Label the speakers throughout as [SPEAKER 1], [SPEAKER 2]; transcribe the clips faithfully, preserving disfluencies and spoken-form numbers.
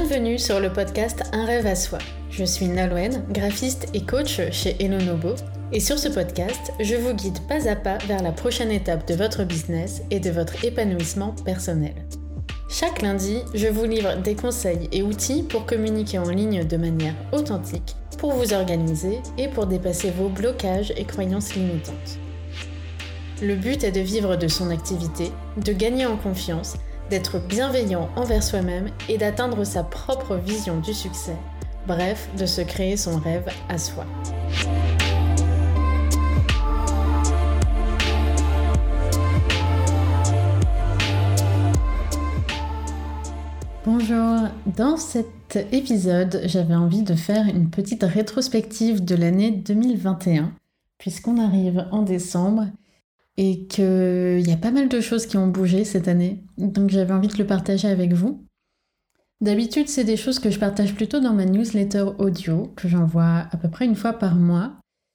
[SPEAKER 1] Bienvenue sur le podcast Un rêve à soi. Je suis Nolwenn, graphiste et coach chez Hello Nobo. Et sur ce podcast, je vous guide pas à pas vers la prochaine étape de votre business et de votre épanouissement personnel. Chaque lundi, je vous livre des conseils et outils pour communiquer en ligne de manière authentique, pour vous organiser et pour dépasser vos blocages et croyances limitantes. Le but est de vivre de son activité, de gagner en confiance, d'être bienveillant envers soi-même et d'atteindre sa propre vision du succès. Bref, de se créer son rêve à soi. Bonjour, dans cet épisode, j'avais envie de faire une petite rétrospective de l'année deux mille vingt et un, puisqu'on arrive en décembre et qu'il y a pas mal de choses qui ont bougé cette année, donc j'avais envie de le partager avec vous. D'habitude, c'est des choses que je partage plutôt dans ma newsletter audio, que j'envoie à peu près une fois par mois,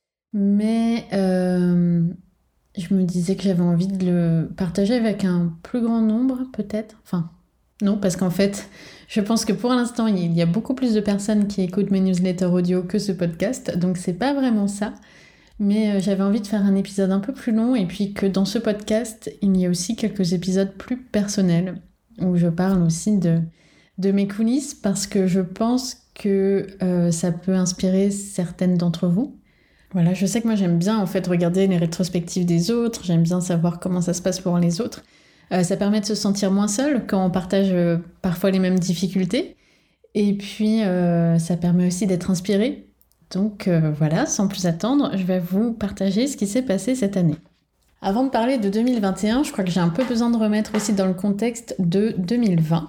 [SPEAKER 1] mais euh, je me disais que j'avais envie de le partager avec un plus grand nombre, peut-être. Enfin, non, parce qu'en fait, je pense que pour l'instant, il y a beaucoup plus de personnes qui écoutent mes newsletters audio que ce podcast, donc c'est pas vraiment ça. Mais j'avais envie de faire un épisode un peu plus long et puis que dans ce podcast, il y a aussi quelques épisodes plus personnels où je parle aussi de, de mes coulisses parce que je pense que euh, ça peut inspirer certaines d'entre vous. Voilà, je sais que moi j'aime bien en fait regarder les rétrospectives des autres, j'aime bien savoir comment ça se passe pour les autres. Euh, ça permet de se sentir moins seul quand on partage euh, parfois les mêmes difficultés et puis euh, ça permet aussi d'être inspiré. Donc euh, voilà, sans plus attendre, je vais vous partager ce qui s'est passé cette année. Avant de parler de deux mille vingt et un, je crois que j'ai un peu besoin de remettre aussi dans le contexte de deux mille vingt.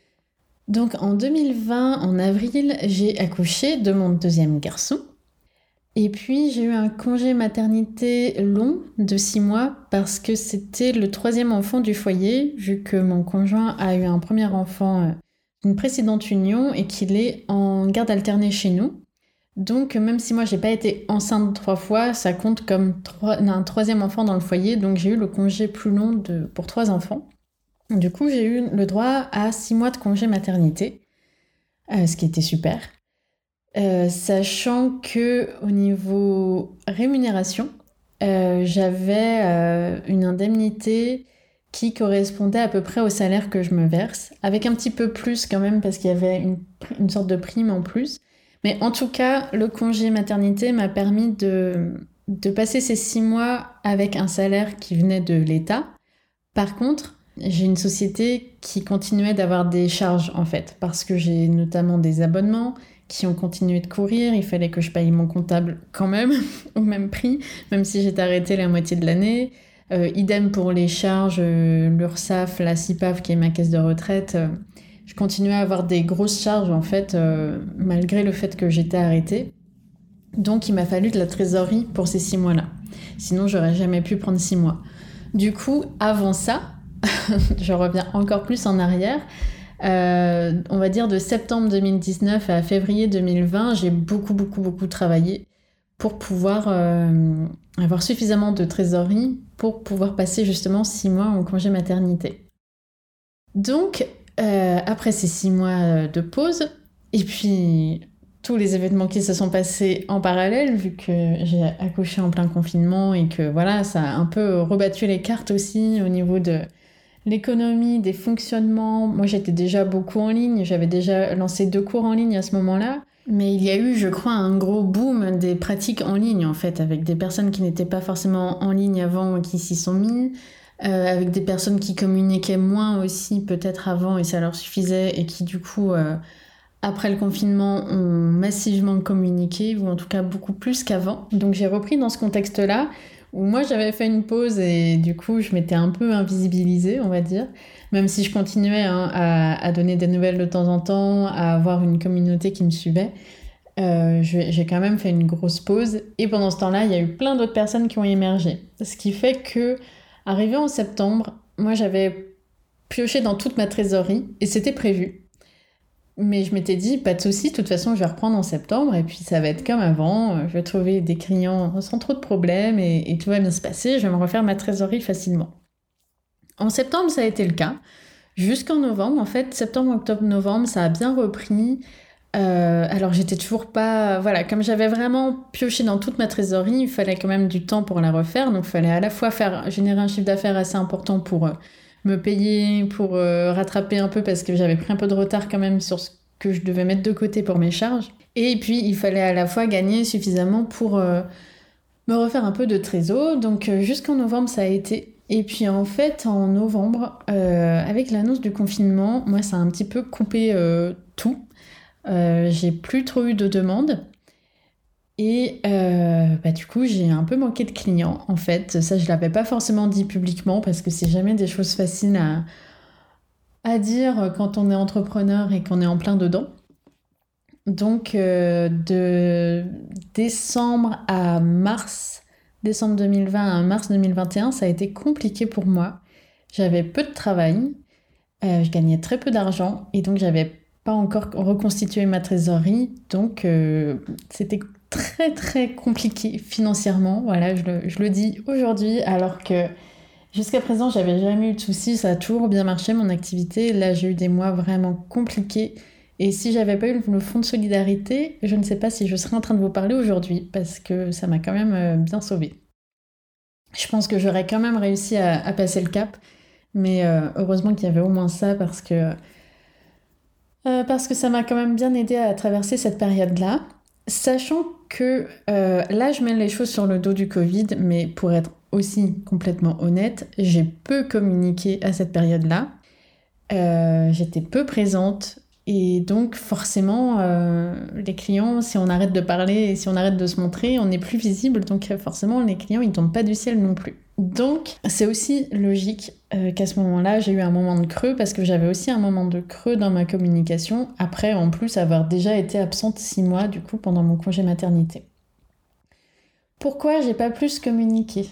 [SPEAKER 1] Donc en deux mille vingt, en avril, j'ai accouché de mon deuxième garçon. Et puis j'ai eu un congé maternité long de six mois parce que c'était le troisième enfant du foyer, vu que mon conjoint a eu un premier enfant d'une précédente union et qu'il est en garde alternée chez nous. Donc même si moi j'ai pas été enceinte trois fois, ça compte comme trois, un troisième enfant dans le foyer, donc j'ai eu le congé plus long de, pour trois enfants. Du coup j'ai eu le droit à six mois de congé maternité, euh, ce qui était super. Euh, sachant que au niveau rémunération, euh, j'avais euh, une indemnité qui correspondait à peu près au salaire que je me verse, avec un petit peu plus quand même parce qu'il y avait une, une sorte de prime en plus. Mais en tout cas, le congé maternité m'a permis de, de passer ces six mois avec un salaire qui venait de l'État. Par contre, j'ai une société qui continuait d'avoir des charges en fait, parce que j'ai notamment des abonnements qui ont continué de courir. Il fallait que je paye mon comptable quand même, au même prix, même si j'étais arrêtée la moitié de l'année. Euh, idem pour les charges, euh, l'URSSAF, la C I P A F qui est ma caisse de retraite. Euh, Je continuais à avoir des grosses charges, en fait, euh, malgré le fait que j'étais arrêtée. Donc, il m'a fallu de la trésorerie pour ces six mois-là. Sinon, j'aurais jamais pu prendre six mois. Du coup, avant ça, je reviens encore plus en arrière. Euh, on va dire de septembre deux mille dix-neuf à février deux mille vingt, j'ai beaucoup, beaucoup, beaucoup travaillé pour pouvoir euh, avoir suffisamment de trésorerie pour pouvoir passer justement six mois en congé maternité. Donc, Euh, après ces six mois de pause, et puis tous les événements qui se sont passés en parallèle, vu que j'ai accouché en plein confinement et que voilà, ça a un peu rebattu les cartes aussi au niveau de l'économie, des fonctionnements. Moi, j'étais déjà beaucoup en ligne, j'avais déjà lancé deux cours en ligne à ce moment-là, mais il y a eu, je crois, un gros boom des pratiques en ligne, en fait, avec des personnes qui n'étaient pas forcément en ligne avant qui s'y sont mis. Euh, avec des personnes qui communiquaient moins aussi peut-être avant et ça leur suffisait et qui du coup euh, après le confinement ont massivement communiqué ou en tout cas beaucoup plus qu'avant. Donc j'ai repris dans ce contexte-là où moi j'avais fait une pause et du coup je m'étais un peu invisibilisée, on va dire, même si je continuais hein, à, à donner des nouvelles de temps en temps, à avoir une communauté qui me suivait. Euh, j'ai quand même fait une grosse pause et pendant ce temps-là il y a eu plein d'autres personnes qui ont émergé, ce qui fait que arrivé en septembre, moi j'avais pioché dans toute ma trésorerie et c'était prévu. Mais je m'étais dit, pas de souci, de toute façon je vais reprendre en septembre et puis ça va être comme avant, je vais trouver des clients sans trop de problèmes et, et tout va bien se passer, je vais me refaire ma trésorerie facilement. En septembre ça a été le cas, Jusqu'en novembre, en fait, septembre, octobre, novembre, ça a bien repris. Euh, alors j'étais toujours pas... Voilà, comme j'avais vraiment pioché dans toute ma trésorerie, il fallait quand même du temps pour la refaire. Donc il fallait à la fois faire, générer un chiffre d'affaires assez important pour euh, me payer, pour euh, rattraper un peu parce que j'avais pris un peu de retard quand même sur ce que je devais mettre de côté pour mes charges. Et puis il fallait à la fois gagner suffisamment pour euh, me refaire un peu de trésor. Donc euh, jusqu'en novembre ça a été. Et puis en fait en novembre, euh, avec l'annonce du confinement, moi ça a un petit peu coupé euh, tout. Euh, j'ai plus trop eu de demandes et euh, bah, du coup j'ai un peu manqué de clients en fait. Ça je l'avais pas forcément dit publiquement parce que c'est jamais des choses faciles à, à dire quand on est entrepreneur et qu'on est en plein dedans. Donc euh, de décembre à mars, décembre deux mille vingt à mars deux mille vingt et un, ça a été compliqué pour moi. J'avais peu de travail, euh, je gagnais très peu d'argent et donc j'avais pas encore reconstitué ma trésorerie, donc euh, c'était très très compliqué financièrement, voilà, je le, je le dis aujourd'hui, alors que jusqu'à présent j'avais jamais eu de soucis, ça a toujours bien marché mon activité. Là j'ai eu des mois vraiment compliqués et si j'avais pas eu le fonds de solidarité, je ne sais pas si je serais en train de vous parler aujourd'hui parce que ça m'a quand même euh, bien sauvée. Je pense que j'aurais quand même réussi à, à passer le cap, mais euh, heureusement qu'il y avait au moins ça parce que Euh, parce que ça m'a quand même bien aidé à traverser cette période-là, sachant que euh, là je mets les choses sur le dos du Covid, mais pour être aussi complètement honnête, j'ai peu communiqué à cette période-là. Euh, j'étais peu présente et donc forcément euh, les clients, si on arrête de parler et si on arrête de se montrer, on n'est plus visible, donc euh, forcément les clients ils tombent pas du ciel non plus. Donc c'est aussi logique euh, qu'à ce moment-là j'ai eu un moment de creux parce que j'avais aussi un moment de creux dans ma communication après en plus avoir déjà été absente six mois du coup pendant mon congé maternité. Pourquoi j'ai pas plus communiqué?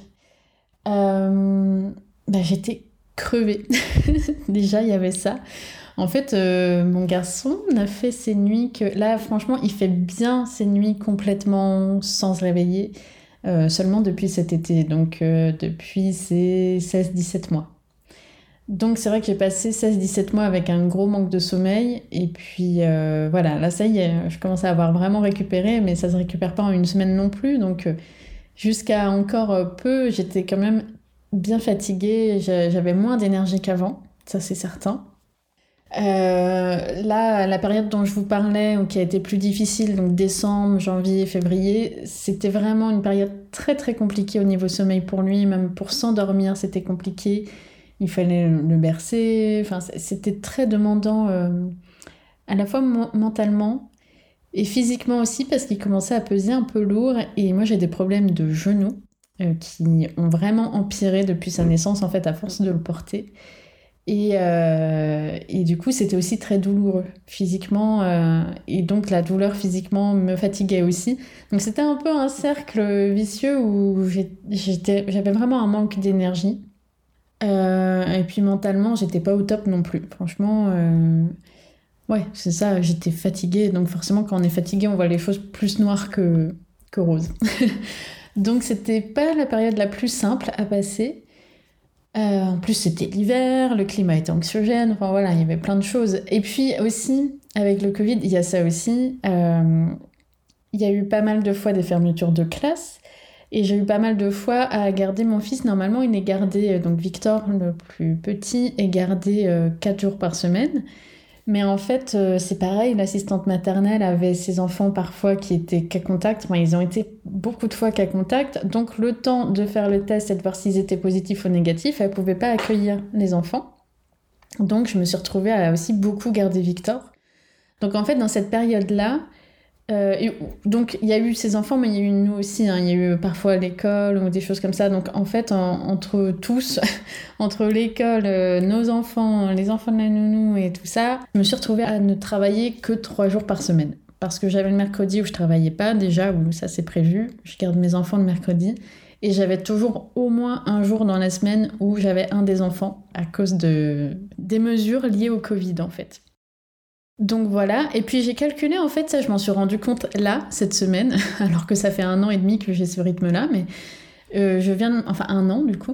[SPEAKER 1] euh, bah, J'étais crevée. Déjà il y avait ça. En fait, euh, mon garçon a fait ses nuits que... Là, franchement, il fait bien ses nuits complètement sans se réveiller, euh, seulement depuis cet été, donc euh, depuis ses seize dix-sept mois. Donc c'est vrai que j'ai passé seize dix-sept mois avec un gros manque de sommeil, et puis euh, voilà, là ça y est, je commence à avoir vraiment récupéré, mais ça se récupère pas en une semaine non plus, donc euh, jusqu'à encore peu, j'étais quand même bien fatiguée, j'avais moins d'énergie qu'avant, ça c'est certain. Euh, là, la période dont je vous parlais, ou qui a été plus difficile, donc décembre, janvier, février, c'était vraiment une période très très compliquée au niveau sommeil pour lui, même pour s'endormir, c'était compliqué. Il fallait le bercer, enfin, c'était très demandant euh, à la fois mo- mentalement et physiquement aussi parce qu'il commençait à peser un peu lourd et moi j'ai des problèmes de genoux euh, qui ont vraiment empiré depuis sa naissance en fait à force de le porter. Et, euh, et du coup, c'était aussi très douloureux physiquement. Euh, et donc, la douleur physiquement me fatiguait aussi. Donc, c'était un peu un cercle vicieux où j'ai- j'étais, j'avais vraiment un manque d'énergie. Euh, et puis, mentalement, j'étais pas au top non plus. Franchement, euh, ouais, c'est ça, j'étais fatiguée. Donc, forcément, quand on est fatigué, on voit les choses plus noires que, que roses. Donc, c'était pas la période la plus simple à passer. Euh, en plus, c'était l'hiver, le climat était anxiogène, enfin voilà, il y avait plein de choses. Et puis aussi, avec le Covid, il y a ça aussi. euh, il y a eu pas mal de fois des fermetures de classe, et j'ai eu pas mal de fois à garder mon fils. Normalement, il est gardé, euh, donc Victor, le plus petit, est gardé euh, quatre jours par semaine. Mais en fait, euh, c'est pareil, l'assistante maternelle avait ses enfants parfois qui étaient cas contact. Enfin, ils ont été beaucoup de fois cas contact. Donc, le temps de faire le test et de voir s'ils étaient positifs ou négatifs, elle ne pouvait pas accueillir les enfants. Donc, je me suis retrouvée à aussi beaucoup garder Victor. Donc, en fait, dans cette période-là, euh, et- donc il y a eu ces enfants, mais il y a eu nous aussi, hein. Il y a eu parfois l'école ou des choses comme ça. Donc en fait, en- entre tous, entre l'école, euh, nos enfants, les enfants de la nounou et tout ça, je me suis retrouvée à ne travailler que trois jours par semaine. Parce que j'avais le mercredi où je travaillais pas, déjà, où ça c'est prévu. Je garde mes enfants le mercredi. Et j'avais toujours au moins un jour dans la semaine où j'avais un des enfants à cause de... des mesures liées au Covid en fait. Donc voilà, et puis j'ai calculé, en fait, ça je m'en suis rendu compte là, cette semaine, alors que ça fait un an et demi que j'ai ce rythme-là, mais euh, je viens, de- enfin un an du coup,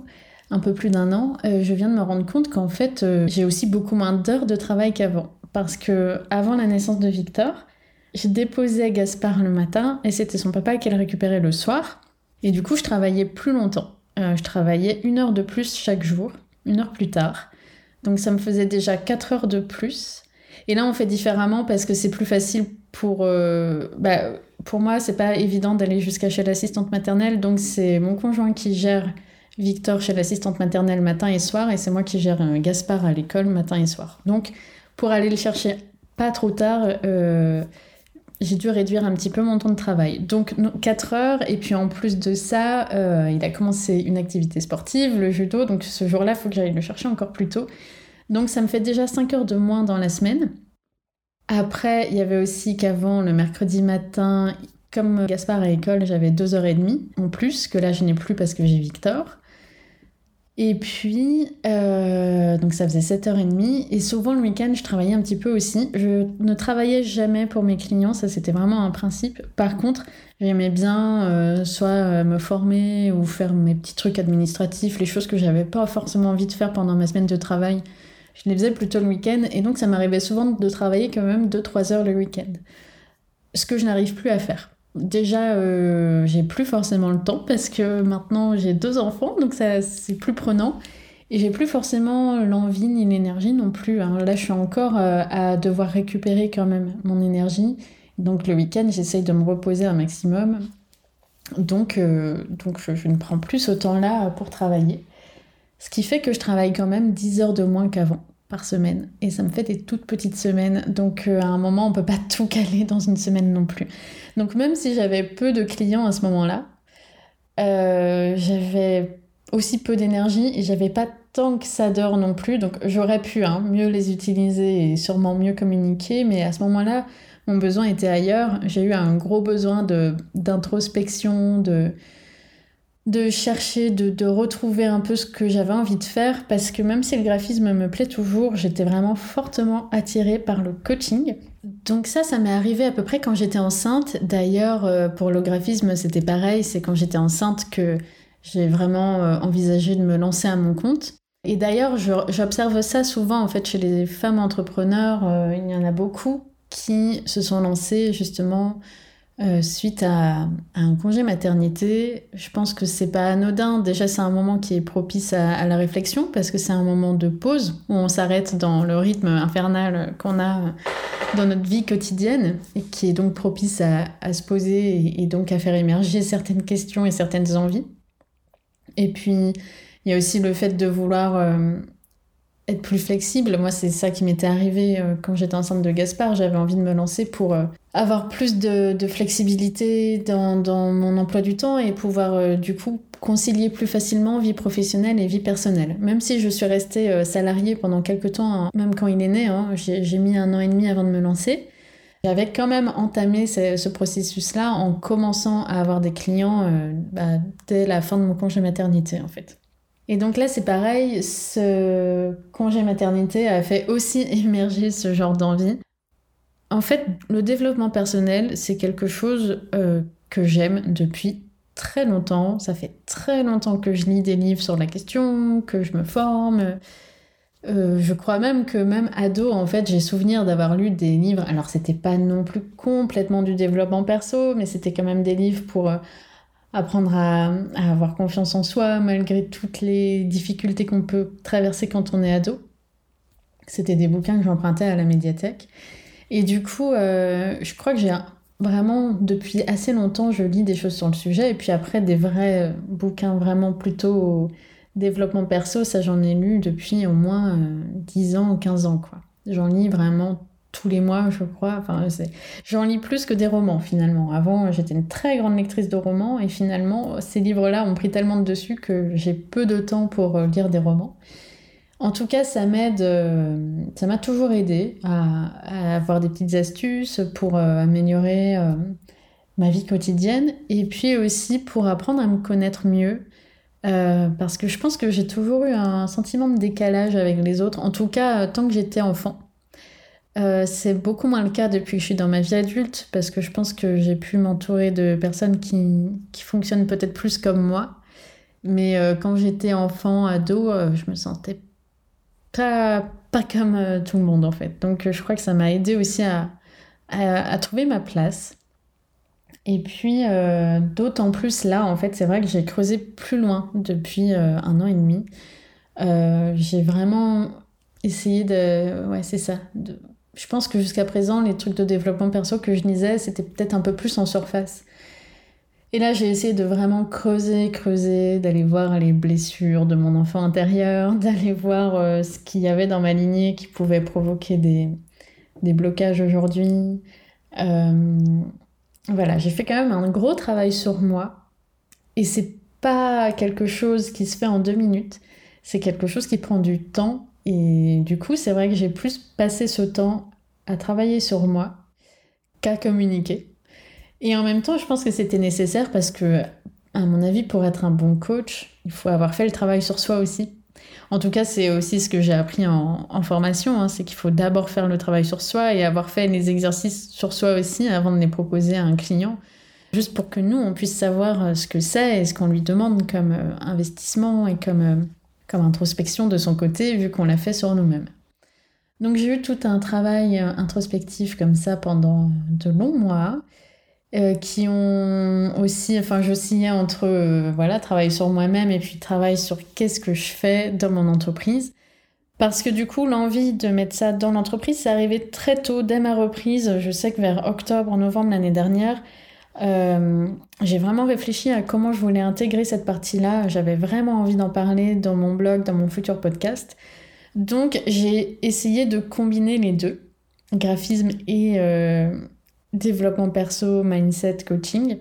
[SPEAKER 1] un peu plus d'un an, euh, je viens de me rendre compte qu'en fait, euh, j'ai aussi beaucoup moins d'heures de travail qu'avant. Parce que avant la naissance de Victor, je déposais Gaspard le matin et c'était son papa qui le récupérait le soir. Et du coup, je travaillais plus longtemps. Euh, je travaillais une heure de plus chaque jour, une heure plus tard. Donc ça me faisait déjà quatre heures de plus. Et là, on fait différemment parce que c'est plus facile pour... Euh, bah, pour moi, c'est pas évident d'aller jusqu'à chez l'assistante maternelle. Donc c'est mon conjoint qui gère Victor chez l'assistante maternelle matin et soir. Et c'est moi qui gère euh, Gaspard à l'école matin et soir. Donc pour aller le chercher pas trop tard... Euh, j'ai dû réduire un petit peu mon temps de travail. Donc quatre heures, et puis en plus de ça, euh, il a commencé une activité sportive, le judo, donc ce jour-là, il faut que j'aille le chercher encore plus tôt. Donc ça me fait déjà cinq heures de moins dans la semaine. Après, il y avait aussi qu'avant, le mercredi matin, comme Gaspard à l'école, j'avais deux heures trente en plus, que là je n'ai plus parce que j'ai Victor. Et puis, euh, donc ça faisait sept heures trente, et souvent le week-end, je travaillais un petit peu aussi. Je ne travaillais jamais pour mes clients, ça c'était vraiment un principe. Par contre, j'aimais bien euh, soit euh, me former ou faire mes petits trucs administratifs, les choses que j'avais pas forcément envie de faire pendant ma semaine de travail. Je les faisais plutôt le week-end, et donc ça m'arrivait souvent de travailler quand même deux trois heures le week-end. Ce que je n'arrive plus à faire. Déjà, euh, j'ai plus forcément le temps parce que maintenant j'ai deux enfants, donc ça, c'est plus prenant. Et j'ai plus forcément l'envie ni l'énergie non plus, hein. Là, je suis encore euh, à devoir récupérer quand même mon énergie. Donc le week-end, j'essaye de me reposer un maximum. Donc, euh, donc je, je ne prends plus ce temps-là pour travailler. Ce qui fait que je travaille quand même dix heures de moins qu'avant par semaine. Et ça me fait des toutes petites semaines. Donc euh, à un moment, on peut pas tout caler dans une semaine non plus. Donc même si j'avais peu de clients à ce moment-là, euh, j'avais aussi peu d'énergie et j'avais pas tant que ça d'heures non plus. Donc j'aurais pu hein, mieux les utiliser et sûrement mieux communiquer. Mais à ce moment-là, mon besoin était ailleurs. J'ai eu un gros besoin de, d'introspection, de... de chercher, de, de retrouver un peu ce que j'avais envie de faire, parce que même si le graphisme me plaît toujours, j'étais vraiment fortement attirée par le coaching. Donc ça, ça m'est arrivé à peu près quand j'étais enceinte. D'ailleurs, euh, pour le graphisme, c'était pareil, c'est quand j'étais enceinte que j'ai vraiment euh, envisagé de me lancer à mon compte. Et d'ailleurs, je, j'observe ça souvent en fait chez les femmes entrepreneurs, euh, il y en a beaucoup qui se sont lancées justement Euh, suite à, à un congé maternité. Je pense que c'est pas anodin. Déjà, c'est un moment qui est propice à, à la réflexion parce que c'est un moment de pause où on s'arrête dans le rythme infernal qu'on a dans notre vie quotidienne et qui est donc propice à, à se poser et, et donc à faire émerger certaines questions et certaines envies. Et puis, il y a aussi le fait de vouloir euh, être plus flexible. Moi, c'est ça qui m'était arrivé euh, quand j'étais enceinte de Gaspard. J'avais envie de me lancer pour euh, avoir plus de, de flexibilité dans, dans mon emploi du temps et pouvoir euh, du coup concilier plus facilement vie professionnelle et vie personnelle. Même si je suis restée euh, salariée pendant quelques temps, hein, même quand il est né, hein, j'ai, j'ai mis un an et demi avant de me lancer. J'avais quand même entamé ce, ce processus-là en commençant à avoir des clients euh, bah, dès la fin de mon congé maternité en fait. Et donc là, c'est pareil, ce congé maternité a fait aussi émerger ce genre d'envie. En fait, le développement personnel, c'est quelque chose euh, que j'aime depuis très longtemps. Ça fait très longtemps que je lis des livres sur la question, que je me forme. Euh, je crois même que même ado, en fait, j'ai souvenir d'avoir lu des livres. Alors, c'était pas non plus complètement du développement perso, mais c'était quand même des livres pour... Euh, apprendre à, à avoir confiance en soi malgré toutes les difficultés qu'on peut traverser quand on est ado. C'était des bouquins que j'empruntais à la médiathèque. Et du coup, euh, je crois que j'ai vraiment, depuis assez longtemps, je lis des choses sur le sujet. Et puis après, des vrais bouquins vraiment plutôt au développement perso, ça j'en ai lu depuis au moins euh, dix ans ou quinze ans, quoi. J'en lis vraiment tous les mois, je crois. Enfin, c'est... J'en lis plus que des romans, finalement. Avant, j'étais une très grande lectrice de romans, et finalement, ces livres-là ont pris tellement de dessus que j'ai peu de temps pour lire des romans. En tout cas, ça m'aide, euh, ça m'a toujours aidée à, à avoir des petites astuces pour euh, améliorer euh, ma vie quotidienne, et puis aussi pour apprendre à me connaître mieux, euh, parce que je pense que j'ai toujours eu un sentiment de décalage avec les autres, en tout cas, tant que j'étais enfant. Euh, c'est beaucoup moins le cas depuis que je suis dans ma vie adulte, parce que je pense que j'ai pu m'entourer de personnes qui, qui fonctionnent peut-être plus comme moi. Mais euh, quand j'étais enfant, ado, euh, je me sentais pas, pas comme euh, tout le monde en fait. Donc euh, je crois que ça m'a aidé aussi à, à, à trouver ma place. Et puis euh, d'autant plus là, en fait, c'est vrai que j'ai creusé plus loin depuis euh, un an et demi. Euh, j'ai vraiment essayé de... Ouais, c'est ça. De- Je pense que jusqu'à présent, les trucs de développement perso que je lisais, c'était peut-être un peu plus en surface. Et là, j'ai essayé de vraiment creuser, creuser, d'aller voir les blessures de mon enfant intérieur, d'aller voir euh, ce qu'il y avait dans ma lignée qui pouvait provoquer des, des blocages aujourd'hui. Euh, voilà, j'ai fait quand même un gros travail sur moi. Et c'est pas quelque chose qui se fait en deux minutes. C'est quelque chose qui prend du temps. Et du coup, c'est vrai que j'ai plus passé ce temps à travailler sur moi qu'à communiquer. Et en même temps, je pense que c'était nécessaire parce que, à mon avis, pour être un bon coach, il faut avoir fait le travail sur soi aussi. En tout cas, c'est aussi ce que j'ai appris en, en formation, hein, c'est qu'il faut d'abord faire le travail sur soi et avoir fait les exercices sur soi aussi avant de les proposer à un client, juste pour que nous, on puisse savoir euh, ce que c'est et ce qu'on lui demande comme euh, investissement et comme, euh, comme introspection de son côté, vu qu'on l'a fait sur nous-mêmes. Donc j'ai eu tout un travail euh, introspectif comme ça pendant de longs mois euh, qui ont aussi, enfin j'oscillais entre euh, voilà, travail sur moi-même et puis travail sur qu'est-ce que je fais dans mon entreprise. Parce que du coup, l'envie de mettre ça dans l'entreprise, c'est arrivé très tôt, dès ma reprise. Je sais que vers octobre, novembre l'année dernière, euh, j'ai vraiment réfléchi à comment je voulais intégrer cette partie-là. J'avais vraiment envie d'en parler dans mon blog, dans mon futur podcast. Donc j'ai essayé de combiner les deux, graphisme et euh, développement perso, mindset, coaching.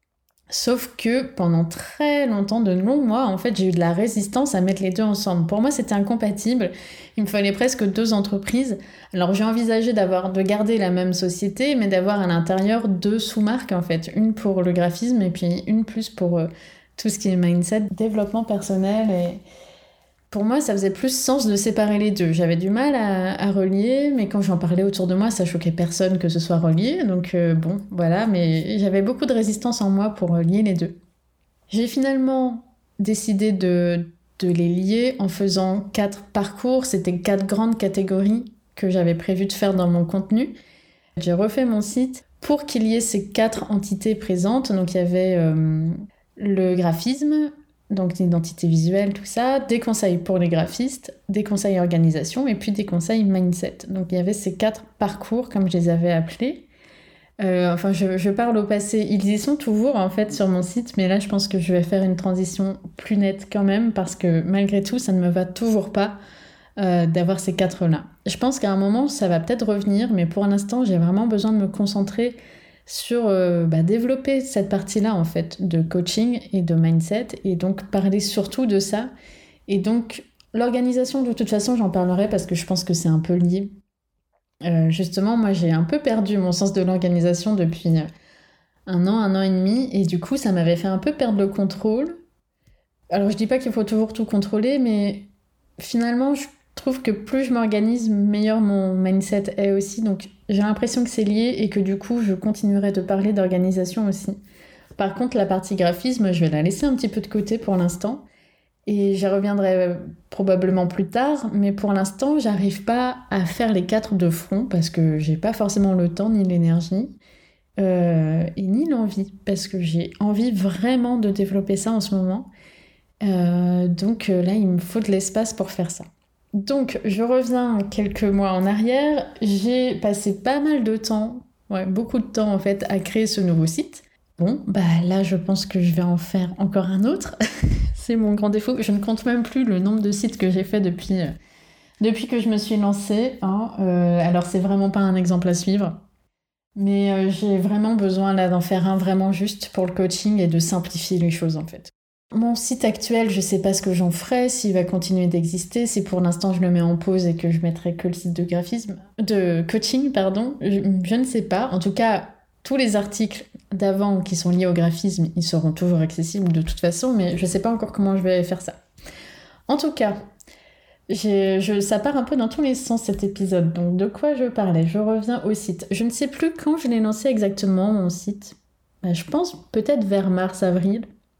[SPEAKER 1] Sauf que pendant très longtemps, de longs mois, en fait, j'ai eu de la résistance à mettre les deux ensemble. Pour moi, c'était incompatible. Il me fallait presque deux entreprises. Alors, j'ai envisagé d'avoir, de garder la même société, mais d'avoir à l'intérieur deux sous-marques, en fait. Une pour le graphisme et puis une plus pour euh, tout ce qui est mindset, développement personnel. Et pour moi, ça faisait plus sens de séparer les deux. J'avais du mal à, à relier, mais quand j'en parlais autour de moi, ça choquait personne que ce soit relié. Donc euh, bon, voilà, mais j'avais beaucoup de résistance en moi pour euh, lier les deux. J'ai finalement décidé de, de les lier en faisant quatre parcours. C'était quatre grandes catégories que j'avais prévu de faire dans mon contenu. J'ai refait mon site pour qu'il y ait ces quatre entités présentes. Donc il y avait euh, le graphisme, donc l'identité visuelle, tout ça, des conseils pour les graphistes, des conseils organisation et puis des conseils mindset. Donc il y avait ces quatre parcours, comme je les avais appelés. Euh, enfin, je, je parle au passé, ils y sont toujours en fait sur mon site, mais là je pense que je vais faire une transition plus nette quand même, parce que malgré tout, ça ne me va toujours pas euh, d'avoir ces quatre-là. Je pense qu'à un moment, ça va peut-être revenir, mais pour l'instant, j'ai vraiment besoin de me concentrer sur euh, bah, développer cette partie-là en fait de coaching et de mindset, et donc parler surtout de ça. Et donc l'organisation, de toute façon, j'en parlerai parce que je pense que c'est un peu lié. Euh, justement, moi j'ai un peu perdu mon sens de l'organisation depuis un an, un an et demi, et du coup ça m'avait fait un peu perdre le contrôle. Alors je dis pas qu'il faut toujours tout contrôler, mais finalement je trouve que plus je m'organise, meilleur mon mindset est aussi. Donc j'ai l'impression que c'est lié et que du coup je continuerai de parler d'organisation aussi. Par contre, la partie graphisme, je vais la laisser un petit peu de côté pour l'instant. Et j'y reviendrai probablement plus tard, mais pour l'instant, j'arrive pas à faire les quatre de front parce que j'ai pas forcément le temps ni l'énergie euh, et ni l'envie, parce que j'ai envie vraiment de développer ça en ce moment. Euh, donc euh, là, il me faut de l'espace pour faire ça. Donc, je reviens quelques mois en arrière. J'ai passé pas mal de temps, ouais, beaucoup de temps en fait, à créer ce nouveau site. Bon, bah là, je pense que je vais en faire encore un autre. C'est mon grand défaut. Je ne compte même plus le nombre de sites que j'ai fait depuis, euh, depuis que je me suis lancée. Hein. Euh, alors, c'est vraiment pas un exemple à suivre. Mais euh, j'ai vraiment besoin là d'en faire un vraiment juste pour le coaching et de simplifier les choses en fait. Mon site actuel, je sais pas ce que j'en ferai, s'il va continuer d'exister, si pour l'instant je le mets en pause et que je mettrai que le site de graphisme, de coaching, pardon, je, je ne sais pas. En tout cas, tous les articles d'avant qui sont liés au graphisme, ils seront toujours accessibles de toute façon, mais je sais pas encore comment je vais faire ça. En tout cas, j'ai, je, ça part un peu dans tous les sens cet épisode, donc de quoi je parlais? Je reviens au site. Je ne sais plus quand je l'ai lancé exactement, mon site. Ben, je pense peut-être vers mars-avril.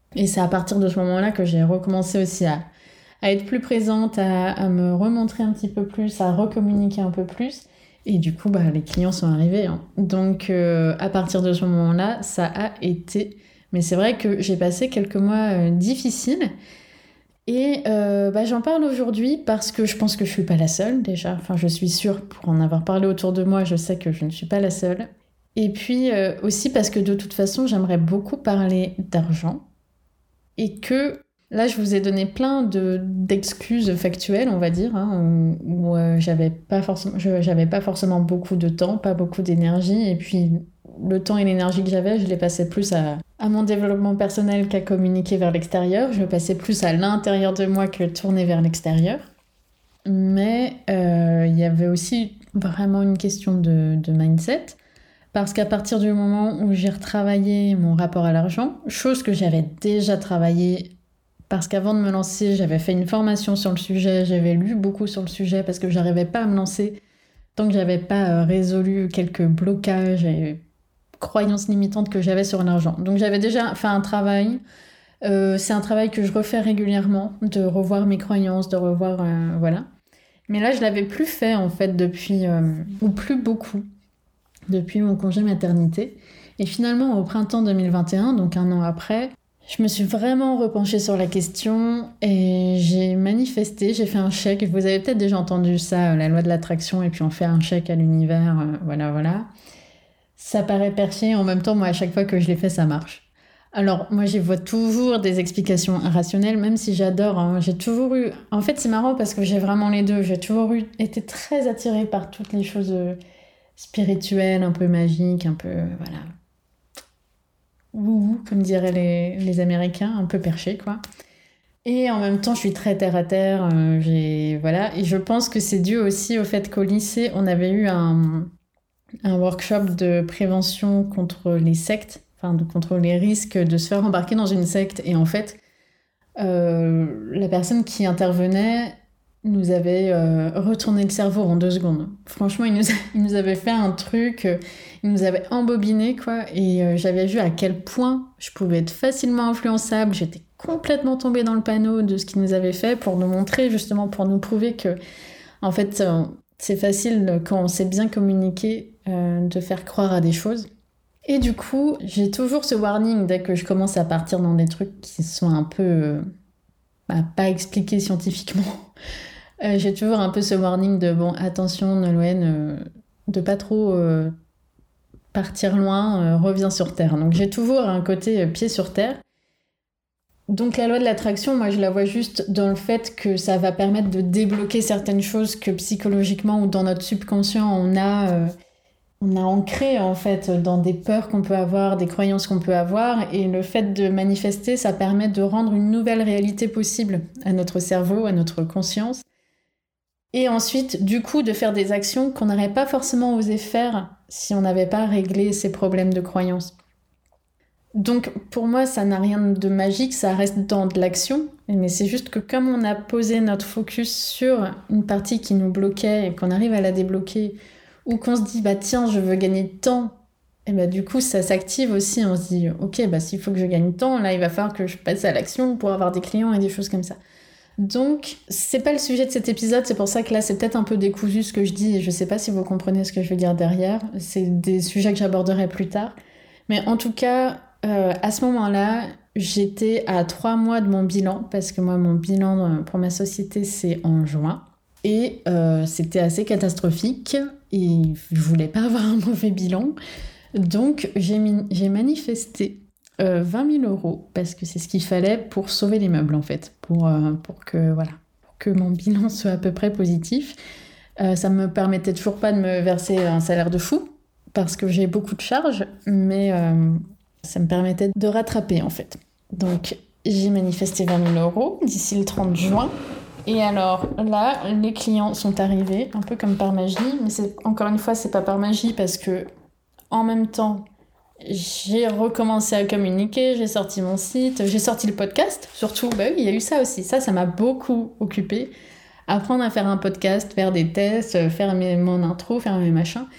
[SPEAKER 1] Et c'est à partir de ce moment-là que j'ai recommencé aussi à, à être plus présente, à, à me remontrer un petit peu plus, à recommuniquer un peu plus. Et du coup, bah, les clients sont arrivés. Hein. Donc, euh, à partir de ce moment-là, ça a été... Mais c'est vrai que j'ai passé quelques mois euh, difficiles. Et euh, bah, j'en parle aujourd'hui parce que je pense que je suis pas la seule, déjà. Enfin, je suis sûre, pour en avoir parlé autour de moi, je sais que je ne suis pas la seule. Et puis euh, aussi parce que de toute façon, j'aimerais beaucoup parler d'argent. Et que là, je vous ai donné plein de, d'excuses factuelles, on va dire, hein, où, où euh, j'avais pas forcément, je, j'avais pas forcément beaucoup de temps, pas beaucoup d'énergie. Et puis, le temps et l'énergie que j'avais, je les passais plus à, à mon développement personnel qu'à communiquer vers l'extérieur. Je le passais plus à l'intérieur de moi que tourner vers l'extérieur. Mais euh, il y avait aussi vraiment une question de, de mindset. Parce qu'à partir du moment où j'ai retravaillé mon rapport à l'argent, chose que j'avais déjà travaillé, parce qu'avant de me lancer, j'avais fait une formation sur le sujet, j'avais lu beaucoup sur le sujet parce que j'arrivais pas à me lancer tant que j'avais pas résolu quelques blocages et croyances limitantes que j'avais sur l'argent. Donc j'avais déjà fait un travail. Euh, c'est un travail que je refais régulièrement, de revoir mes croyances, de revoir... Euh, voilà. Mais là, je l'avais plus fait en fait depuis... Euh, ou plus beaucoup. Depuis mon congé maternité. Et finalement, au printemps deux mille vingt et un, donc un an après, je me suis vraiment repenchée sur la question et j'ai manifesté, j'ai fait un chèque. Vous avez peut-être déjà entendu ça, la loi de l'attraction, et puis on fait un chèque à l'univers, euh, voilà, voilà. Ça paraît perché, en même temps, moi, à chaque fois que je l'ai fait, ça marche. Alors, moi, j'y vois toujours des explications rationnelles, même si j'adore. Hein. J'ai toujours eu... En fait, c'est marrant parce que j'ai vraiment les deux. J'ai toujours eu... été très attirée par toutes les choses... Euh, spirituel, un peu magique, un peu, voilà, wouhou, comme diraient les, les Américains, un peu perché, quoi. Et en même temps, je suis très terre-à-terre, euh, j'ai, voilà, et je pense que c'est dû aussi au fait qu'au lycée, on avait eu un, un workshop de prévention contre les sectes, enfin, de, contre les risques de se faire embarquer dans une secte, et en fait, euh, la personne qui intervenait nous avait euh, retourné le cerveau en deux secondes. Franchement, il nous, a, il nous avait fait un truc, euh, il nous avait embobiné, quoi, et euh, j'avais vu à quel point je pouvais être facilement influençable. J'étais complètement tombée dans le panneau de ce qu'il nous avait fait pour nous montrer, justement, pour nous prouver que, en fait, euh, c'est facile, quand on sait bien communiquer, euh, de faire croire à des choses. Et du coup, j'ai toujours ce warning dès que je commence à partir dans des trucs qui sont un peu... Euh, bah, pas expliqués scientifiquement. Euh, j'ai toujours un peu ce warning de bon, attention Nolwenn, euh, de pas trop euh, partir loin, euh, reviens sur terre. Donc j'ai toujours un côté euh, pied sur terre. Donc la loi de l'attraction, moi je la vois juste dans le fait que ça va permettre de débloquer certaines choses que psychologiquement ou dans notre subconscient on a, euh, on a ancré en fait dans des peurs qu'on peut avoir, des croyances qu'on peut avoir, et le fait de manifester, ça permet de rendre une nouvelle réalité possible à notre cerveau, à notre conscience. Et ensuite, du coup, de faire des actions qu'on n'aurait pas forcément osé faire si on n'avait pas réglé ces problèmes de croyance. Donc, pour moi, ça n'a rien de magique, ça reste dans de l'action. Mais c'est juste que comme on a posé notre focus sur une partie qui nous bloquait et qu'on arrive à la débloquer, ou qu'on se dit, bah tiens, je veux gagner de temps, et bah du coup, ça s'active aussi. On se dit, ok, bah s'il faut que je gagne de temps, là, il va falloir que je passe à l'action pour avoir des clients et des choses comme ça. Donc, c'est pas le sujet de cet épisode, c'est pour ça que là, c'est peut-être un peu décousu ce que je dis, et je sais pas si vous comprenez ce que je veux dire derrière. C'est des sujets que j'aborderai plus tard. Mais en tout cas, euh, à ce moment-là, j'étais à trois mois de mon bilan, parce que moi, mon bilan pour ma société, c'est en juin. Et euh, c'était assez catastrophique, et je voulais pas avoir un mauvais bilan. Donc, j'ai, mi- j'ai manifesté Euh, vingt mille euros, parce que c'est ce qu'il fallait pour sauver les meubles, en fait, pour, euh, pour, que, voilà, pour que mon bilan soit à peu près positif. Euh, ça me permettait toujours pas de me verser un salaire de fou, parce que j'ai beaucoup de charges, mais euh, ça me permettait de rattraper, en fait. Donc, j'ai manifesté vingt mille euros d'ici le trente juin. Et alors là, les clients sont arrivés, un peu comme par magie, mais c'est, encore une fois, c'est pas par magie, parce que en même temps, j'ai recommencé à communiquer, j'ai sorti mon site, j'ai sorti le podcast, surtout, bah oui, il y a eu ça aussi, ça, ça m'a beaucoup occupée. Apprendre à faire un podcast, faire des tests, faire mes, mon intro, faire mes machins.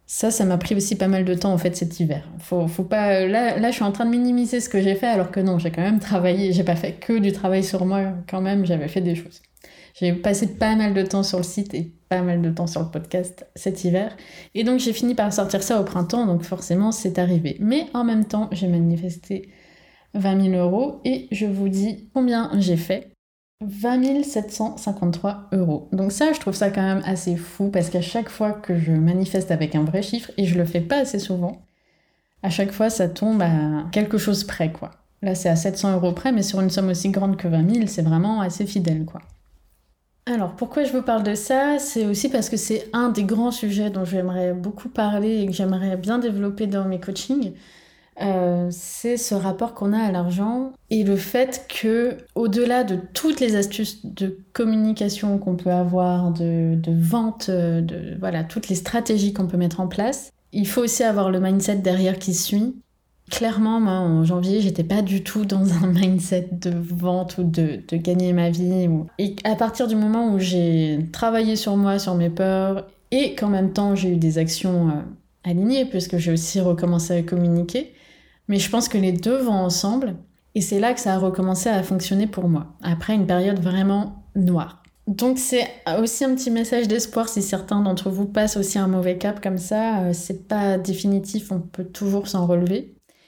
[SPEAKER 1] Ça, ça m'a pris aussi pas mal de temps en fait cet hiver. Faut, faut pas... là, là, je suis en train de minimiser ce que j'ai fait alors que non, j'ai quand même travaillé. J'ai pas fait que du travail sur moi quand même, j'avais fait des choses. J'ai passé pas mal de temps sur le site et pas mal de temps sur le podcast cet hiver. Et donc j'ai fini par sortir ça au printemps, donc forcément c'est arrivé. Mais en même temps, j'ai manifesté vingt mille euros et je vous dis combien j'ai fait. vingt mille sept cent cinquante-trois euros. Donc ça, je trouve ça quand même assez fou parce qu'à chaque fois que je manifeste avec un vrai chiffre, et je le fais pas assez souvent, à chaque fois ça tombe à quelque chose près, quoi. Là c'est à sept cents euros près, mais sur une somme aussi grande que vingt mille, c'est vraiment assez fidèle, quoi. Alors, pourquoi je vous parle de ça? C'est aussi parce que c'est un des grands sujets dont j'aimerais beaucoup parler et que j'aimerais bien développer dans mes coachings. Euh, c'est ce rapport qu'on a à l'argent et le fait que, au-delà de toutes les astuces de communication qu'on peut avoir, de, de vente, de voilà, toutes les stratégies qu'on peut mettre en place, il faut aussi avoir le mindset derrière qui suit. Clairement, moi, en janvier, j'étais pas du tout dans un mindset de vente ou de, de gagner ma vie. Ou... Et à partir du moment où j'ai travaillé sur moi, sur mes peurs, et qu'en même temps, j'ai eu des actions euh, alignées, puisque j'ai aussi recommencé à communiquer, mais je pense que les deux vont ensemble, et c'est là que ça a recommencé à fonctionner pour moi, après une période vraiment noire. Donc c'est aussi un petit message d'espoir si certains d'entre vous passent aussi un mauvais cap comme ça, euh, c'est pas définitif, on peut toujours s'en relever.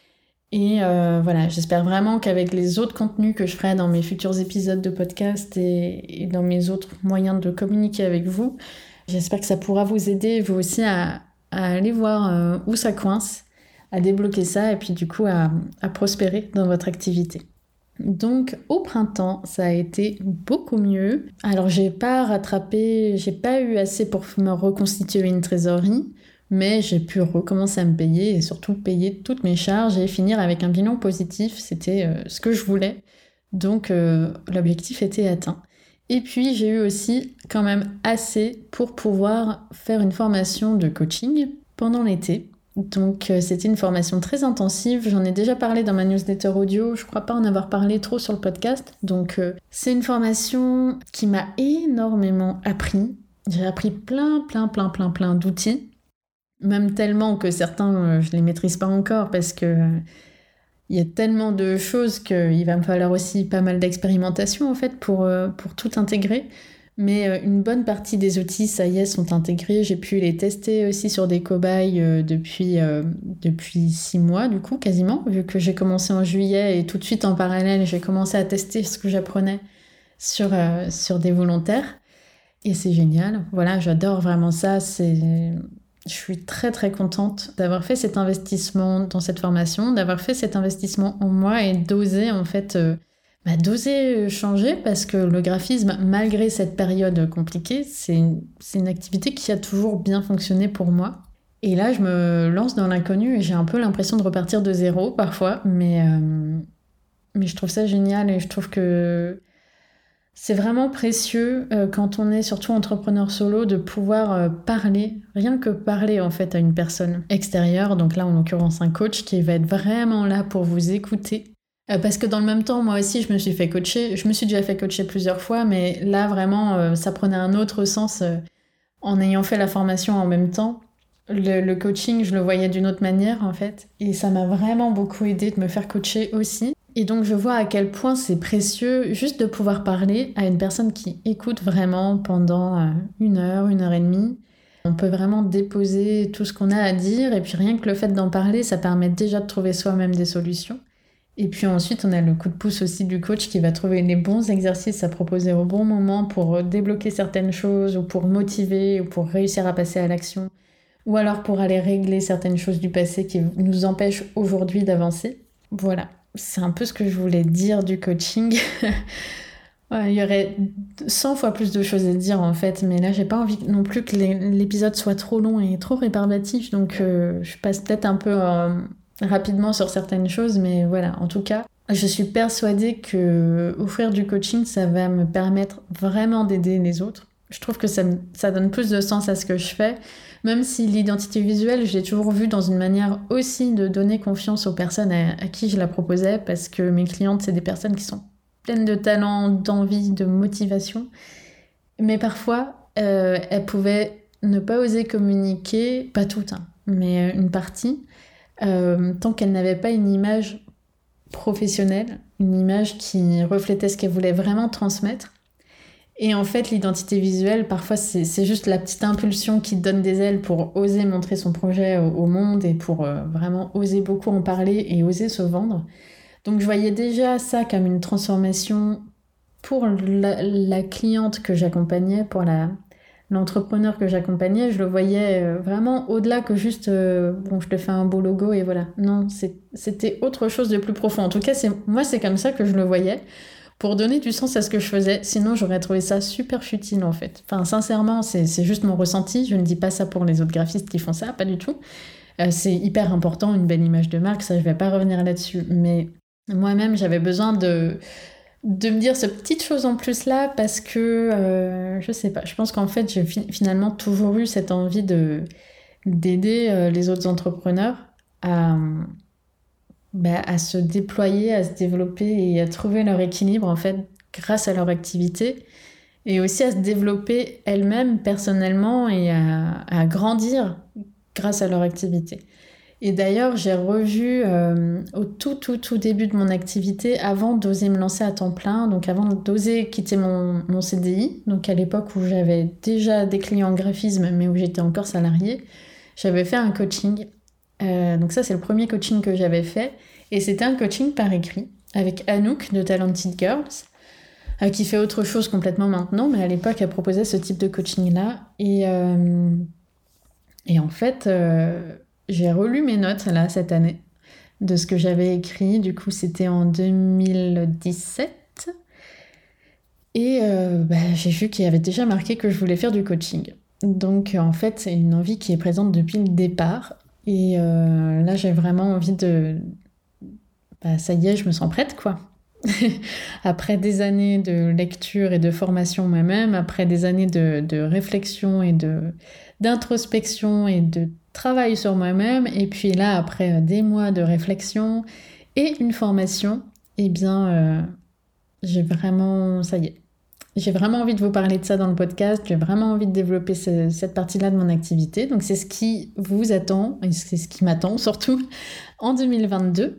[SPEAKER 1] Et euh, voilà, j'espère vraiment qu'avec les autres contenus que je ferai dans mes futurs épisodes de podcast et, et dans mes autres moyens de communiquer avec vous, j'espère que ça pourra vous aider, vous aussi, à, à aller voir euh, où ça coince, à débloquer ça et puis du coup à, à prospérer dans votre activité. Donc au printemps, ça a été beaucoup mieux. Alors j'ai pas rattrapé, j'ai pas eu assez pour me reconstituer une trésorerie, mais j'ai pu recommencer à me payer et surtout payer toutes mes charges et finir avec un bilan positif. C'était euh, ce que je voulais. Donc euh, l'objectif était atteint. Et puis j'ai eu aussi quand même assez pour pouvoir faire une formation de coaching pendant l'été. Donc euh, c'était une formation très intensive, j'en ai déjà parlé dans ma newsletter audio, je crois pas en avoir parlé trop sur le podcast. Donc euh, c'est une formation qui m'a énormément appris. J'ai appris plein plein plein plein plein d'outils, même tellement que certains euh, je les maîtrise pas encore parce que euh, il y a tellement de choses qu'il va me falloir aussi pas mal d'expérimentation en fait pour, euh, pour tout intégrer. Mais euh, une bonne partie des outils, ça y est, sont intégrés. J'ai pu les tester aussi sur des cobayes euh, depuis, euh, depuis six mois, du coup, quasiment, vu que j'ai commencé en juillet et tout de suite en parallèle, j'ai commencé à tester ce que j'apprenais sur, euh, sur des volontaires. Et c'est génial. Voilà, j'adore vraiment ça. C'est... Je suis très très contente d'avoir fait cet investissement dans cette formation, d'avoir fait cet investissement en moi et d'oser en fait... Euh, Bah, d'oser changer parce que le graphisme, malgré cette période compliquée, c'est une, c'est une activité qui a toujours bien fonctionné pour moi. Et là, je me lance dans l'inconnu et j'ai un peu l'impression de repartir de zéro parfois, mais, euh, mais je trouve ça génial et je trouve que c'est vraiment précieux euh, quand on est surtout entrepreneur solo de pouvoir euh, parler, rien que parler en fait à une personne extérieure, donc là en l'occurrence un coach qui va être vraiment là pour vous écouter. Euh, parce que dans le même temps, moi aussi, je me suis fait coacher. Je me suis déjà fait coacher plusieurs fois, mais là, vraiment, euh, ça prenait un autre sens euh, en ayant fait la formation en même temps. Le, le coaching, je le voyais d'une autre manière, en fait. Et ça m'a vraiment beaucoup aidé de me faire coacher aussi. Et donc, je vois à quel point c'est précieux juste de pouvoir parler à une personne qui écoute vraiment pendant euh, une heure, une heure et demie. On peut vraiment déposer tout ce qu'on a à dire. Et puis, rien que le fait d'en parler, ça permet déjà de trouver soi-même des solutions. Et puis ensuite, on a le coup de pouce aussi du coach qui va trouver les bons exercices à proposer au bon moment pour débloquer certaines choses ou pour motiver ou pour réussir à passer à l'action ou alors pour aller régler certaines choses du passé qui nous empêchent aujourd'hui d'avancer. Voilà, c'est un peu ce que je voulais dire du coaching. Ouais, il y aurait cent fois plus de choses à dire en fait, mais là j'ai pas envie non plus que l'épisode soit trop long et trop rébarbatif, donc euh, je passe peut-être un peu... Euh, rapidement sur certaines choses, mais voilà, en tout cas, je suis persuadée que offrir du coaching, ça va me permettre vraiment d'aider les autres. Je trouve que ça, me, ça donne plus de sens à ce que je fais, même si l'identité visuelle, je l'ai toujours vue dans une manière aussi de donner confiance aux personnes à, à qui je la proposais, parce que mes clientes, c'est des personnes qui sont pleines de talent, d'envie, de motivation, mais parfois, euh, elles pouvaient ne pas oser communiquer, pas toute, hein, mais une partie, euh, tant qu'elle n'avait pas une image professionnelle, une image qui reflétait ce qu'elle voulait vraiment transmettre. Et en fait, l'identité visuelle, parfois, c'est, c'est juste la petite impulsion qui te donne des ailes pour oser montrer son projet au, au monde et pour euh, vraiment oser beaucoup en parler et oser se vendre. Donc, je voyais déjà ça comme une transformation pour la, la cliente que j'accompagnais, pour la, l'entrepreneur que j'accompagnais. Je le voyais euh, vraiment au-delà que juste, euh, bon, je te fais un beau logo et voilà. Non, c'est, c'était autre chose de plus profond. En tout cas, c'est, moi, c'est comme ça que je le voyais. Pour donner du sens à ce que je faisais, sinon j'aurais trouvé ça super futile en fait. Enfin, sincèrement, c'est, c'est juste mon ressenti, je ne dis pas ça pour les autres graphistes qui font ça, pas du tout. Euh, c'est hyper important, une belle image de marque, ça je vais pas revenir là-dessus. Mais moi-même, j'avais besoin de, de me dire ce petite chose en plus là parce que, euh, je sais pas, je pense qu'en fait j'ai fi- finalement toujours eu cette envie de, d'aider euh, les autres entrepreneurs à bah, à se déployer, à se développer et à trouver leur équilibre en fait grâce à leur activité et aussi à se développer elles-mêmes personnellement et à, à grandir grâce à leur activité. Et d'ailleurs, j'ai revu euh, au tout tout tout début de mon activité, avant d'oser me lancer à temps plein, donc avant d'oser quitter mon, mon C D I, donc à l'époque où j'avais déjà des clients en graphisme mais où j'étais encore salariée, j'avais fait un coaching. Euh, donc ça, c'est le premier coaching que j'avais fait. Et c'était un coaching par écrit avec Anouk de Talented Girls, euh, qui fait autre chose complètement maintenant, mais à l'époque, elle proposait ce type de coaching-là. Et, euh, et en fait, euh, j'ai relu mes notes là cette année de ce que j'avais écrit. Du coup, c'était en deux mille dix-sept. Et euh, bah, j'ai vu qu'il y avait déjà marqué que je voulais faire du coaching. Donc en fait, c'est une envie qui est présente depuis le départ. Et euh, là, j'ai vraiment envie de... Bah, ça y est, je me sens prête, quoi. Après des années de lecture et de formation moi-même, après des années de, de réflexion et de, d'introspection et de travail sur moi-même, et puis là, après des mois de réflexion et une formation, eh bien, euh, j'ai vraiment... Ça y est. J'ai vraiment envie de vous parler de ça dans le podcast, j'ai vraiment envie de développer ce- cette partie-là de mon activité. Donc c'est ce qui vous attend, et c'est ce qui m'attend surtout en deux mille vingt-deux.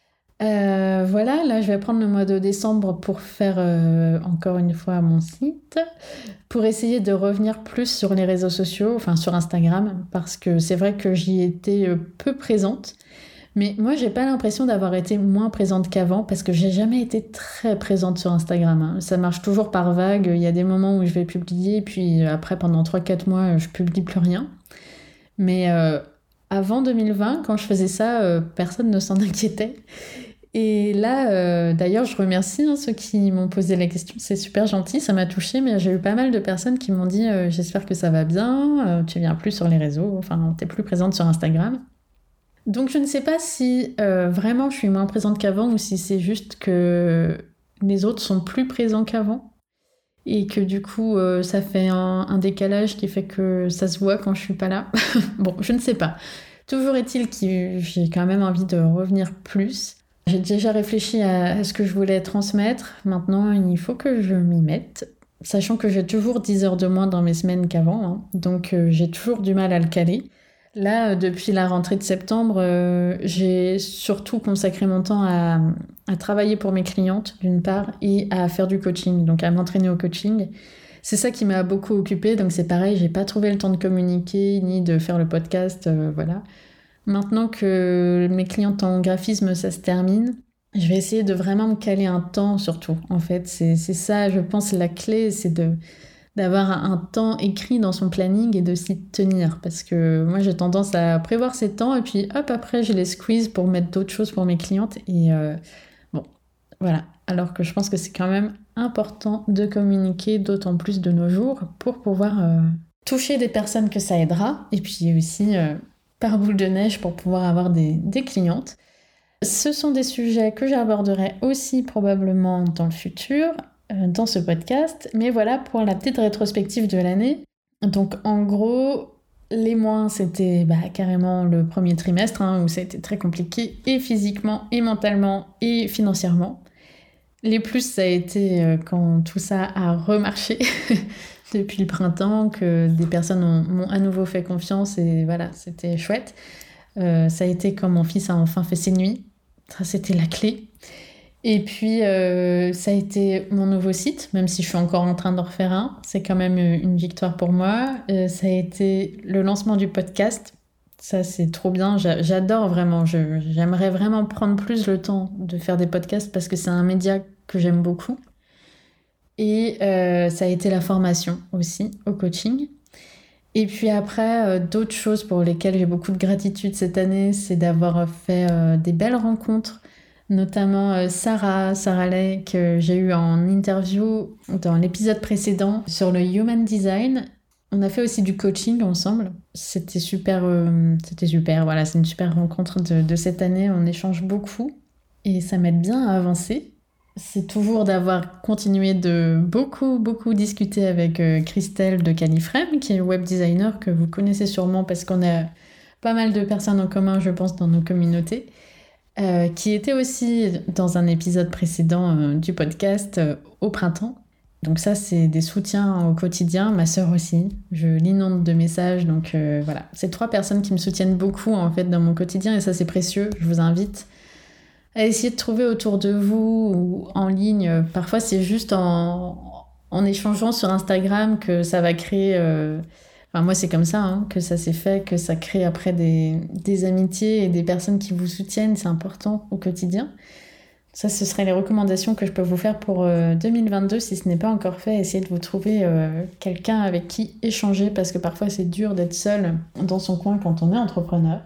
[SPEAKER 1] Euh, voilà, là je vais prendre le mois de décembre pour faire euh, encore une fois mon site, pour essayer de revenir plus sur les réseaux sociaux, enfin sur Instagram, parce que c'est vrai que j'y étais euh, peu présente. Mais moi, j'ai pas l'impression d'avoir été moins présente qu'avant parce que j'ai jamais été très présente sur Instagram, hein. Ça marche toujours par vague. Il y a des moments où je vais publier, puis après, pendant trois quatre mois, je publie plus rien. Mais euh, avant deux mille vingt, quand je faisais ça, euh, personne ne s'en inquiétait. Et là, euh, d'ailleurs, je remercie hein, ceux qui m'ont posé la question. C'est super gentil, ça m'a touchée, mais j'ai eu pas mal de personnes qui m'ont dit euh, j'espère que ça va bien, euh, tu viens plus sur les réseaux, enfin, t'es plus présente sur Instagram. Donc je ne sais pas si euh, vraiment je suis moins présente qu'avant ou si c'est juste que les autres sont plus présents qu'avant et que du coup euh, ça fait un, un décalage qui fait que ça se voit quand je suis pas là. Bon, je ne sais pas. Toujours est-il que j'ai quand même envie de revenir plus. J'ai déjà réfléchi à, à ce que je voulais transmettre. Maintenant, il faut que je m'y mette. Sachant que j'ai toujours dix heures de moins dans mes semaines qu'avant, hein. Donc euh, j'ai toujours du mal à le caler. Là, euh, depuis la rentrée de septembre, euh, j'ai surtout consacré mon temps à, à travailler pour mes clientes, d'une part, et à faire du coaching, donc à m'entraîner au coaching. C'est ça qui m'a beaucoup occupée, donc c'est pareil, j'ai pas trouvé le temps de communiquer, ni de faire le podcast, euh, voilà. Maintenant que mes clientes en graphisme, ça se termine, je vais essayer de vraiment me caler un temps, surtout, en fait. C'est, c'est ça, je pense, la clé, c'est de d'avoir un temps écrit dans son planning et de s'y tenir. Parce que moi, j'ai tendance à prévoir ces temps et puis hop, après, je les squeeze pour mettre d'autres choses pour mes clientes. Et euh, bon, voilà. Alors que je pense que c'est quand même important de communiquer, d'autant plus de nos jours, pour pouvoir euh, toucher des personnes que ça aidera. Et puis aussi, euh, par boule de neige, pour pouvoir avoir des, des clientes. Ce sont des sujets que j'aborderai aussi probablement dans le futur, dans ce podcast, mais voilà pour la petite rétrospective de l'année. Donc en gros, les mois, c'était bah, carrément le premier trimestre, hein, où ça a été très compliqué, et physiquement, et mentalement, et financièrement. Les plus, ça a été euh, quand tout ça a remarché depuis le printemps, que des personnes ont- m'ont à nouveau fait confiance et voilà, c'était chouette. Euh, ça a été quand mon fils a enfin fait ses nuits. Ça, c'était la clé. Et puis, euh, ça a été mon nouveau site, même si je suis encore en train d'en refaire un. C'est quand même euh, une victoire pour moi. Euh, ça a été le lancement du podcast. Ça, c'est trop bien. J'a- J'adore vraiment. Je- j'aimerais vraiment prendre plus le temps de faire des podcasts parce que c'est un média que j'aime beaucoup. Et euh, ça a été la formation aussi au coaching. Et puis après, euh, d'autres choses pour lesquelles j'ai beaucoup de gratitude cette année, c'est d'avoir fait euh, des belles rencontres, notamment euh, Sarah, Sarah Lay, que j'ai eu en interview dans l'épisode précédent sur le Human Design. On a fait aussi du coaching ensemble. C'était super, euh, c'était super. Voilà, c'est une super rencontre de, de cette année. On échange beaucoup et ça m'aide bien à avancer. C'est toujours d'avoir continué de beaucoup, beaucoup discuter avec euh, Christelle de Califrame, qui est web designer que vous connaissez sûrement parce qu'on a pas mal de personnes en commun, je pense, dans nos communautés, euh, qui était aussi dans un épisode précédent euh, du podcast euh, au printemps. Donc ça, c'est des soutiens au quotidien. Ma sœur aussi, je l'inonde de messages. Donc euh, voilà, c'est trois personnes qui me soutiennent beaucoup en fait dans mon quotidien et ça, c'est précieux. Je vous invite à essayer de trouver autour de vous ou en ligne. Parfois, c'est juste en, en échangeant sur Instagram que ça va créer... euh, Enfin, moi, c'est comme ça hein, que ça s'est fait, que ça crée après des, des amitiés et des personnes qui vous soutiennent. C'est important au quotidien. Ça, ce seraient les recommandations que je peux vous faire pour euh, deux mille vingt-deux. Si ce n'est pas encore fait, essayez de vous trouver euh, quelqu'un avec qui échanger parce que parfois, c'est dur d'être seul dans son coin quand on est entrepreneur.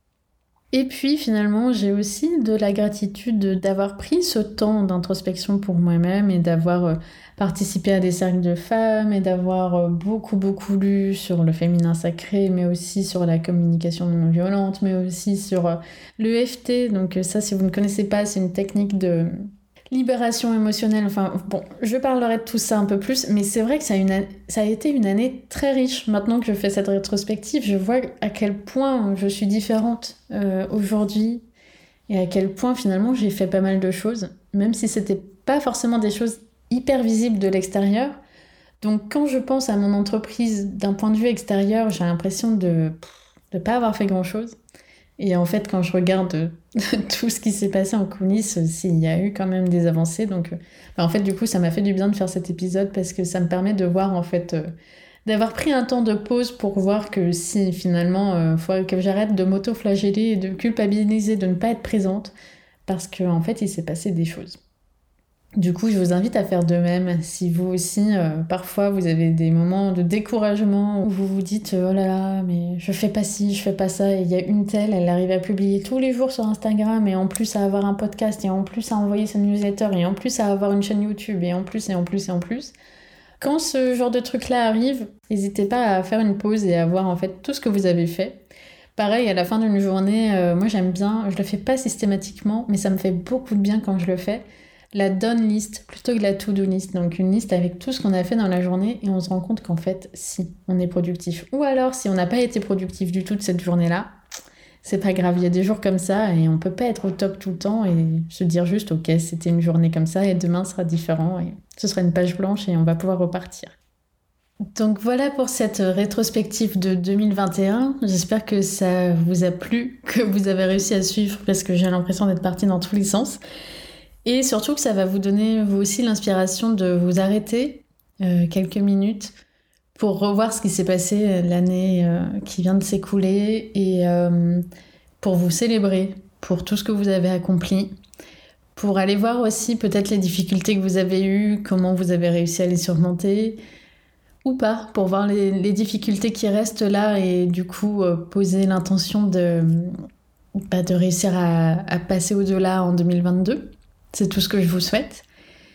[SPEAKER 1] Et puis finalement, j'ai aussi de la gratitude d'avoir pris ce temps d'introspection pour moi-même et d'avoir euh, participé à des cercles de femmes et d'avoir euh, beaucoup beaucoup lu sur le féminin sacré, mais aussi sur la communication non violente, mais aussi sur euh, l'E F T. Donc euh, ça, si vous ne connaissez pas, c'est une technique de libération émotionnelle. Enfin bon, je parlerai de tout ça un peu plus, mais c'est vrai que ça a, une an- ça a été une année très riche. Maintenant que je fais cette rétrospective, je vois à quel point je suis différente euh, aujourd'hui et à quel point finalement j'ai fait pas mal de choses, même si c'était pas forcément des choses hyper visibles de l'extérieur. Donc quand je pense à mon entreprise d'un point de vue extérieur, j'ai l'impression de ne pas avoir fait grand-chose. Et en fait, quand je regarde tout ce qui s'est passé en coulisses, il y a eu quand même des avancées. Donc, euh, bah, en fait, du coup, ça m'a fait du bien de faire cet épisode parce que ça me permet de voir, en fait, euh, d'avoir pris un temps de pause pour voir que si finalement, il faut que j'arrête de m'auto-flageller et de culpabiliser de ne pas être présente parce qu'en fait, il s'est passé des choses. Du coup, je vous invite à faire de même. Si vous aussi, euh, parfois, vous avez des moments de découragement où vous vous dites « Oh là là, mais je fais pas ci, je fais pas ça. » Et il y a une telle, elle arrive à publier tous les jours sur Instagram et en plus à avoir un podcast et en plus à envoyer sa newsletter et en plus à avoir une chaîne YouTube et en plus et en plus et en plus. Quand ce genre de truc-là arrive, n'hésitez pas à faire une pause et à voir en fait tout ce que vous avez fait. Pareil, à la fin d'une journée, euh, moi j'aime bien, je le fais pas systématiquement, mais ça me fait beaucoup de bien quand je le fais. La done list plutôt que la to-do list. Donc une liste avec tout ce qu'on a fait dans la journée et on se rend compte qu'en fait, si, on est productif. Ou alors, si on n'a pas été productif du tout de cette journée-là, c'est pas grave, il y a des jours comme ça et on peut pas être au top tout le temps et se dire juste, ok, c'était une journée comme ça et demain sera différent et ce sera une page blanche et on va pouvoir repartir. Donc voilà pour cette rétrospective de deux mille vingt et un. J'espère que ça vous a plu, que vous avez réussi à suivre parce que j'ai l'impression d'être partie dans tous les sens. Et surtout que ça va vous donner vous aussi l'inspiration de vous arrêter euh, quelques minutes pour revoir ce qui s'est passé l'année euh, qui vient de s'écouler et euh, pour vous célébrer pour tout ce que vous avez accompli, pour aller voir aussi peut-être les difficultés que vous avez eues, comment vous avez réussi à les surmonter, ou pas, pour voir les, les difficultés qui restent là et du coup euh, poser l'intention de, bah, de réussir à, à passer au-delà en deux mille vingt-deux. C'est tout ce que je vous souhaite.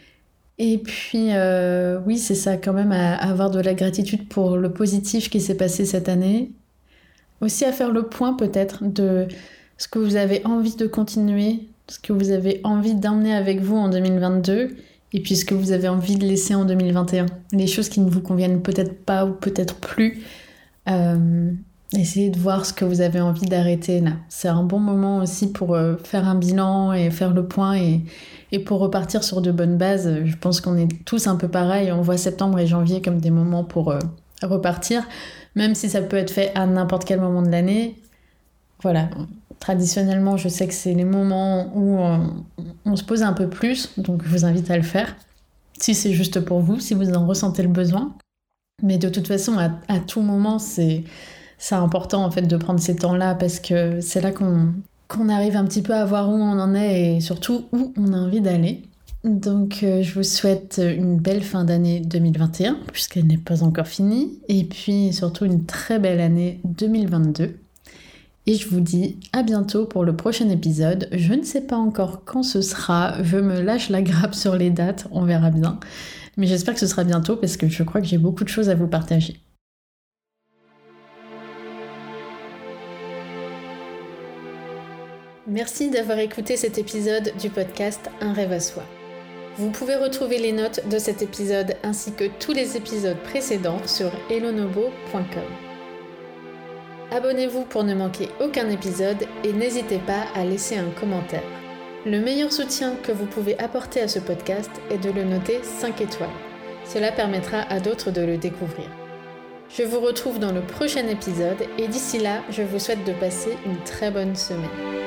[SPEAKER 1] Et puis, euh, oui, c'est ça quand même, à, à avoir de la gratitude pour le positif qui s'est passé cette année. Aussi à faire le point peut-être de ce que vous avez envie de continuer, ce que vous avez envie d'emmener avec vous en deux mille vingt-deux, et puis ce que vous avez envie de laisser en deux mille vingt et un. Les choses qui ne vous conviennent peut-être pas ou peut-être plus. Euh, Essayez de voir ce que vous avez envie d'arrêter là. C'est un bon moment aussi pour euh, faire un bilan et faire le point et, et pour repartir sur de bonnes bases. Je pense qu'on est tous un peu pareil. On voit septembre et janvier comme des moments pour euh, repartir, même si ça peut être fait à n'importe quel moment de l'année. Voilà, traditionnellement, je sais que c'est les moments où on, on se pose un peu plus, donc je vous invite à le faire. Si c'est juste pour vous, si vous en ressentez le besoin. Mais de toute façon, à, à tout moment, c'est... C'est important en fait de prendre ces temps-là parce que c'est là qu'on, qu'on arrive un petit peu à voir où on en est et surtout où on a envie d'aller. Donc euh, je vous souhaite une belle fin d'année deux mille vingt et un puisqu'elle n'est pas encore finie et puis surtout une très belle année deux mille vingt-deux. Et je vous dis à bientôt pour le prochain épisode. Je ne sais pas encore quand ce sera, je me lâche la grappe sur les dates, on verra bien. Mais j'espère que ce sera bientôt parce que je crois que j'ai beaucoup de choses à vous partager. Merci d'avoir écouté cet épisode du podcast Un rêve à soi. Vous pouvez retrouver les notes de cet épisode ainsi que tous les épisodes précédents sur elonobo point com. Abonnez-vous pour ne manquer aucun épisode et n'hésitez pas à laisser un commentaire. Le meilleur soutien que vous pouvez apporter à ce podcast est de le noter cinq étoiles. Cela permettra à d'autres de le découvrir. Je vous retrouve dans le prochain épisode et d'ici là, je vous souhaite de passer une très bonne semaine.